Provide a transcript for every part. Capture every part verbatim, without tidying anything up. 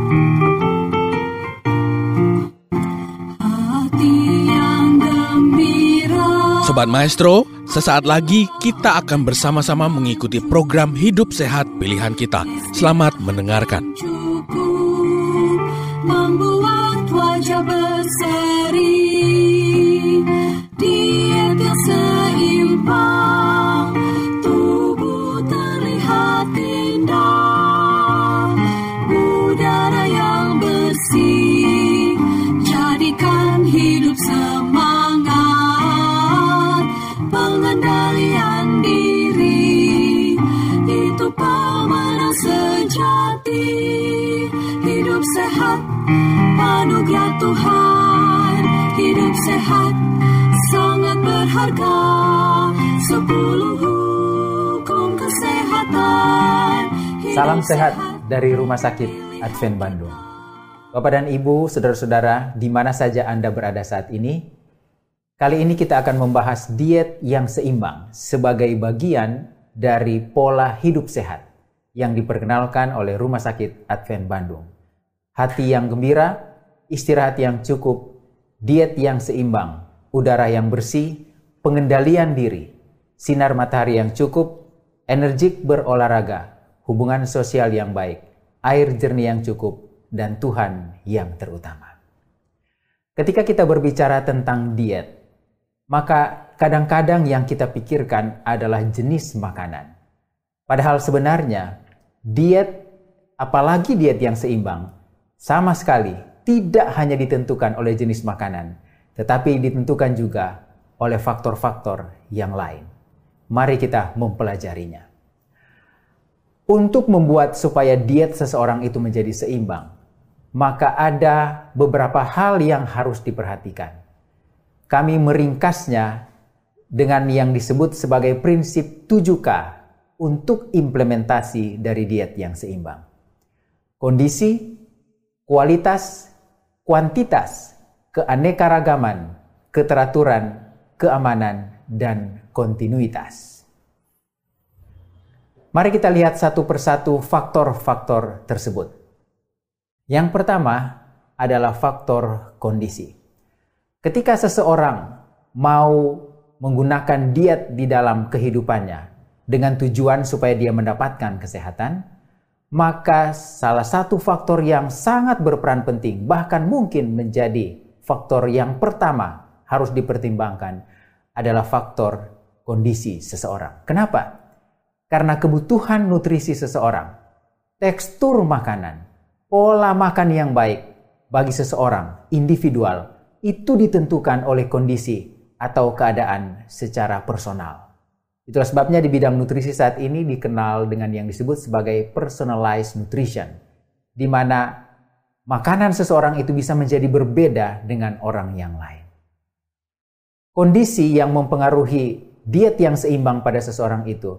Sobat Maestro, sesaat lagi kita akan bersama-sama mengikuti program Hidup Sehat Pilihan Kita. Selamat mendengarkan. Cukup membuat wajah berseri, diet yang seimbang, tubuh terlihat indah, udara yang bersih, jadikan hidup semangat. Pengendalian diri itu pemenang sejati. Hidup sehat, anugerah Tuhan. Hidup sehat, sangat berharga. Sepuluh hukum kesehatan. Salam sehat dari Rumah Sakit Advent Bandung. Bapak dan Ibu, saudara-saudara, di mana saja Anda berada saat ini, kali ini kita akan membahas diet yang seimbang sebagai bagian dari pola hidup sehat yang diperkenalkan oleh Rumah Sakit Advent Bandung. Hati yang gembira, istirahat yang cukup, diet yang seimbang, udara yang bersih, pengendalian diri, sinar matahari yang cukup, energik berolahraga, hubungan sosial yang baik, air jernih yang cukup, dan Tuhan yang terutama. Ketika kita berbicara tentang diet, maka kadang-kadang yang kita pikirkan adalah jenis makanan. Padahal sebenarnya diet, apalagi diet yang seimbang, sama sekali tidak hanya ditentukan oleh jenis makanan, tetapi ditentukan juga oleh faktor-faktor yang lain. Mari kita mempelajarinya. Untuk membuat supaya diet seseorang itu menjadi seimbang, maka ada beberapa hal yang harus diperhatikan. Kami meringkasnya dengan yang disebut sebagai prinsip tujuh K untuk implementasi dari diet yang seimbang. Kondisi, kualitas, kuantitas, keanekaragaman, keteraturan, keamanan, dan kontinuitas. Mari kita lihat satu persatu faktor-faktor tersebut. Yang pertama adalah faktor kondisi. Ketika seseorang mau menggunakan diet di dalam kehidupannya dengan tujuan supaya dia mendapatkan kesehatan, maka salah satu faktor yang sangat berperan penting, bahkan mungkin menjadi faktor yang pertama harus dipertimbangkan, adalah faktor kondisi seseorang. Kenapa? Karena kebutuhan nutrisi seseorang, tekstur makanan, pola makan yang baik bagi seseorang individual, itu ditentukan oleh kondisi atau keadaan secara personal. Itulah sebabnya di bidang nutrisi saat ini dikenal dengan yang disebut sebagai personalized nutrition, di mana makanan seseorang itu bisa menjadi berbeda dengan orang yang lain. Kondisi yang mempengaruhi diet yang seimbang pada seseorang itu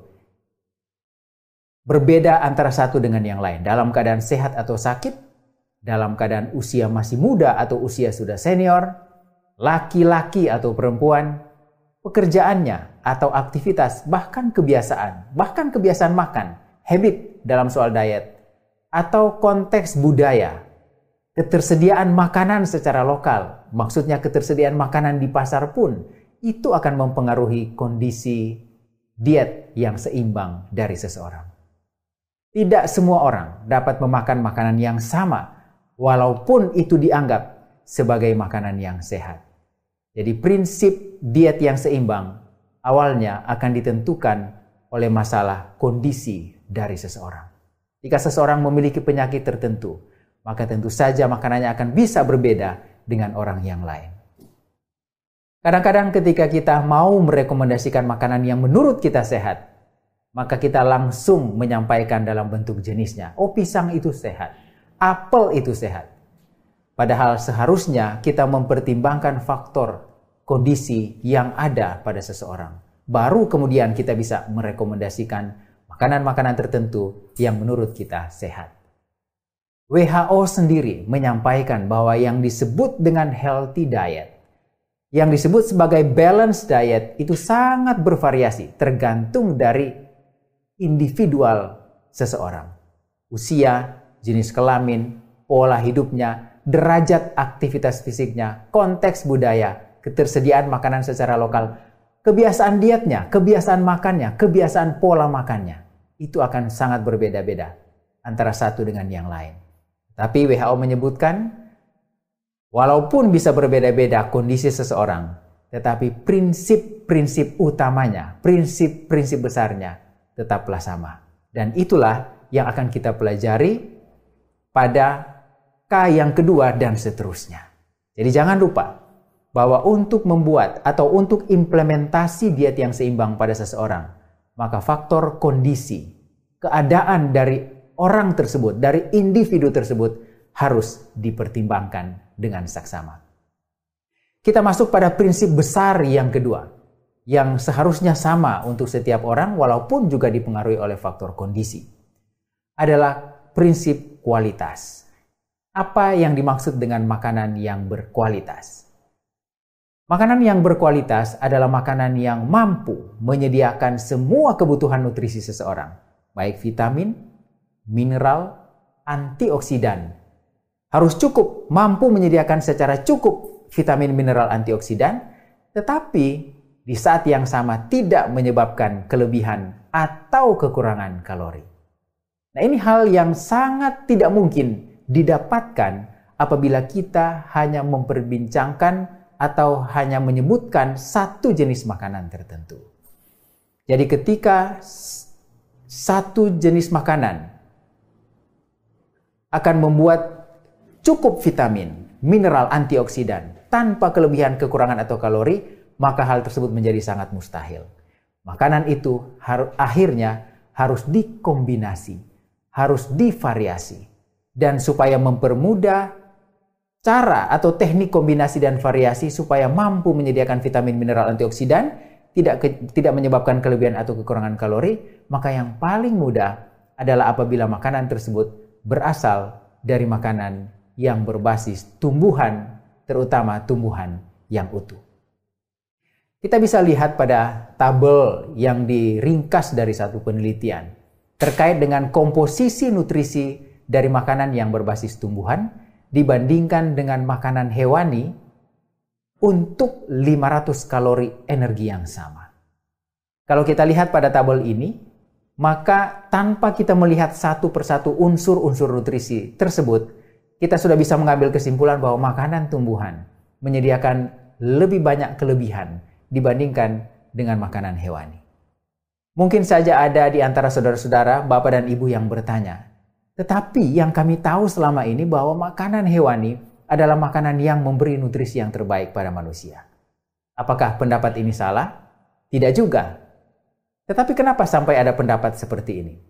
berbeda antara satu dengan yang lain, dalam keadaan sehat atau sakit, dalam keadaan usia masih muda atau usia sudah senior, laki-laki atau perempuan, pekerjaannya atau aktivitas, bahkan kebiasaan, bahkan kebiasaan makan, habit dalam soal diet, atau konteks budaya, ketersediaan makanan secara lokal, maksudnya ketersediaan makanan di pasar pun, itu akan mempengaruhi kondisi diet yang seimbang dari seseorang. Tidak semua orang dapat memakan makanan yang sama, walaupun itu dianggap sebagai makanan yang sehat. Jadi prinsip diet yang seimbang awalnya akan ditentukan oleh masalah kondisi dari seseorang. Jika seseorang memiliki penyakit tertentu, maka tentu saja makanannya akan bisa berbeda dengan orang yang lain. Kadang-kadang ketika kita mau merekomendasikan makanan yang menurut kita sehat, maka kita langsung menyampaikan dalam bentuk jenisnya. Oh, pisang itu sehat. Apel itu sehat. Padahal seharusnya kita mempertimbangkan faktor kondisi yang ada pada seseorang. Baru kemudian kita bisa merekomendasikan makanan-makanan tertentu yang menurut kita sehat. W H O sendiri menyampaikan bahwa yang disebut dengan healthy diet, yang disebut sebagai balanced diet, itu sangat bervariasi tergantung dari individual seseorang. Usia, jenis kelamin, pola hidupnya, derajat aktivitas fisiknya, konteks budaya, ketersediaan makanan secara lokal, kebiasaan dietnya, kebiasaan makannya, kebiasaan pola makannya. Itu akan sangat berbeda-beda antara satu dengan yang lain. Tapi W H O menyebutkan, walaupun bisa berbeda-beda kondisi seseorang, tetapi prinsip-prinsip utamanya, prinsip-prinsip besarnya tetaplah sama. Dan itulah yang akan kita pelajari pada K yang kedua dan seterusnya. Jadi jangan lupa bahwa untuk membuat atau untuk implementasi diet yang seimbang pada seseorang, maka faktor kondisi, keadaan dari orang tersebut, dari individu tersebut harus dipertimbangkan dengan saksama. Kita masuk pada prinsip besar yang kedua, yang seharusnya sama untuk setiap orang walaupun juga dipengaruhi oleh faktor kondisi. Adalah prinsip kualitas. Apa yang dimaksud dengan makanan yang berkualitas? Makanan yang berkualitas adalah makanan yang mampu menyediakan semua kebutuhan nutrisi seseorang, baik vitamin, mineral, antioksidan. Harus cukup, mampu menyediakan secara cukup vitamin, mineral, antioksidan, tetapi di saat yang sama tidak menyebabkan kelebihan atau kekurangan kalori. Nah, ini hal yang sangat tidak mungkin didapatkan apabila kita hanya memperbincangkan atau hanya menyebutkan satu jenis makanan tertentu. Jadi ketika satu jenis makanan akan membuat cukup vitamin, mineral, antioksidan tanpa kelebihan, kekurangan atau kalori, maka hal tersebut menjadi sangat mustahil. Makanan itu harus akhirnya harus dikombinasi, harus divariasi. Dan supaya mempermudah cara atau teknik kombinasi dan variasi supaya mampu menyediakan vitamin, mineral, antioksidan, tidak ke, tidak menyebabkan kelebihan atau kekurangan kalori, maka yang paling mudah adalah apabila makanan tersebut berasal dari makanan yang berbasis tumbuhan, terutama tumbuhan yang utuh. Kita bisa lihat pada tabel yang diringkas dari satu penelitian terkait dengan komposisi nutrisi dari makanan yang berbasis tumbuhan dibandingkan dengan makanan hewani untuk lima ratus kalori energi yang sama. Kalau kita lihat pada tabel ini, maka tanpa kita melihat satu persatu unsur-unsur nutrisi tersebut, kita sudah bisa mengambil kesimpulan bahwa makanan tumbuhan menyediakan lebih banyak kelebihan dibandingkan dengan makanan hewani. Mungkin saja ada di antara saudara-saudara, bapak dan ibu yang bertanya, tetapi yang kami tahu selama ini bahwa makanan hewani adalah makanan yang memberi nutrisi yang terbaik pada manusia. Apakah pendapat ini salah? Tidak juga. Tetapi kenapa sampai ada pendapat seperti ini?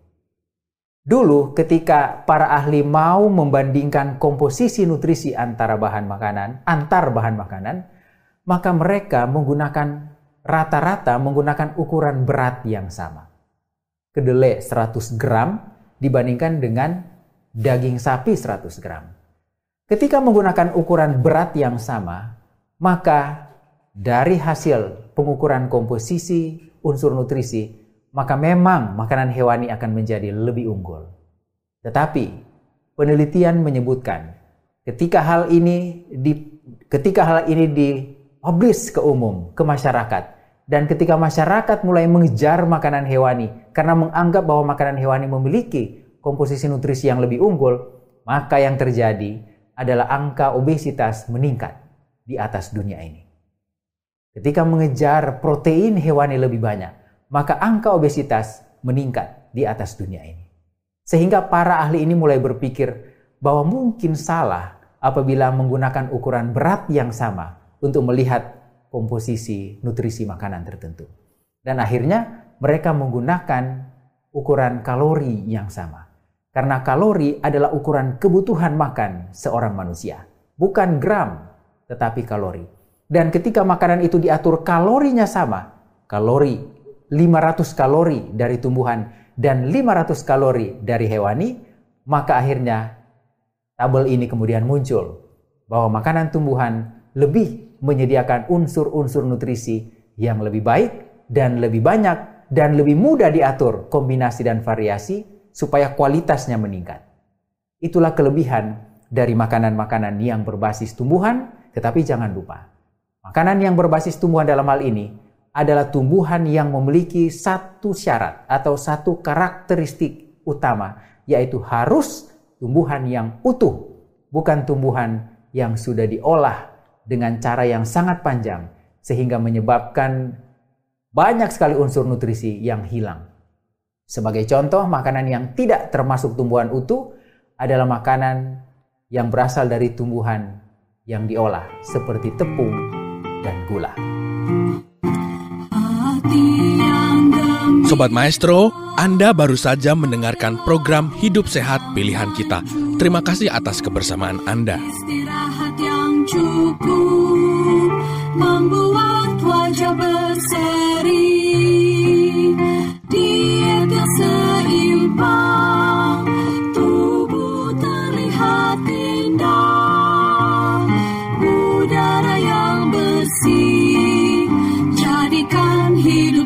Dulu ketika para ahli mau membandingkan komposisi nutrisi antara bahan makanan, antar bahan makanan, maka mereka menggunakan rata-rata menggunakan ukuran berat yang sama. Kedelai seratus gram dibandingkan dengan daging sapi seratus gram. Ketika menggunakan ukuran berat yang sama, maka dari hasil pengukuran komposisi unsur nutrisi, maka memang makanan hewani akan menjadi lebih unggul. Tetapi penelitian menyebutkan ketika hal ini di, ketika hal ini dipublish ke umum, ke masyarakat, dan ketika masyarakat mulai mengejar makanan hewani karena menganggap bahwa makanan hewani memiliki komposisi nutrisi yang lebih unggul, maka yang terjadi adalah angka obesitas meningkat di atas dunia ini. Ketika mengejar protein hewani lebih banyak, maka angka obesitas meningkat di atas dunia ini. Sehingga para ahli ini mulai berpikir bahwa mungkin salah apabila menggunakan ukuran berat yang sama untuk melihat komposisi nutrisi makanan tertentu. Dan akhirnya mereka menggunakan ukuran kalori yang sama. Karena kalori adalah ukuran kebutuhan makan seorang manusia. Bukan gram, tetapi kalori. Dan ketika makanan itu diatur kalorinya sama, kalori lima ratus kalori dari tumbuhan dan lima ratus kalori dari hewani, maka akhirnya tabel ini kemudian muncul bahwa makanan tumbuhan lebih menyediakan unsur-unsur nutrisi yang lebih baik dan lebih banyak dan lebih mudah diatur kombinasi dan variasi supaya kualitasnya meningkat. Itulah kelebihan dari makanan-makanan yang berbasis tumbuhan, tetapi jangan lupa, makanan yang berbasis tumbuhan dalam hal ini adalah tumbuhan yang memiliki satu syarat atau satu karakteristik utama, yaitu harus tumbuhan yang utuh, bukan tumbuhan yang sudah diolah dengan cara yang sangat panjang, sehingga menyebabkan banyak sekali unsur nutrisi yang hilang. Sebagai contoh, makanan yang tidak termasuk tumbuhan utuh adalah makanan yang berasal dari tumbuhan yang diolah, seperti tepung dan gula. Sobat Maestro, Anda baru saja mendengarkan program Hidup Sehat Pilihan Kita. Terima kasih atas kebersamaan Anda. Istirahat yang cukup membuat wajah berseri. Diet yang seimbang, tubuh terlihat indah. Udara yang bersih, jadikan hidup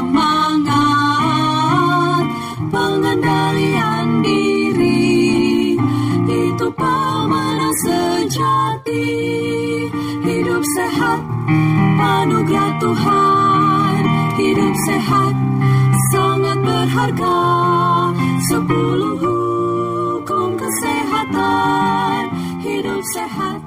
semangat. Pengendalian diri, itu pemenang sejati. Hidup sehat, anugerah Tuhan. Hidup sehat, sangat berharga. Sepuluh hukum kesehatan. Hidup sehat.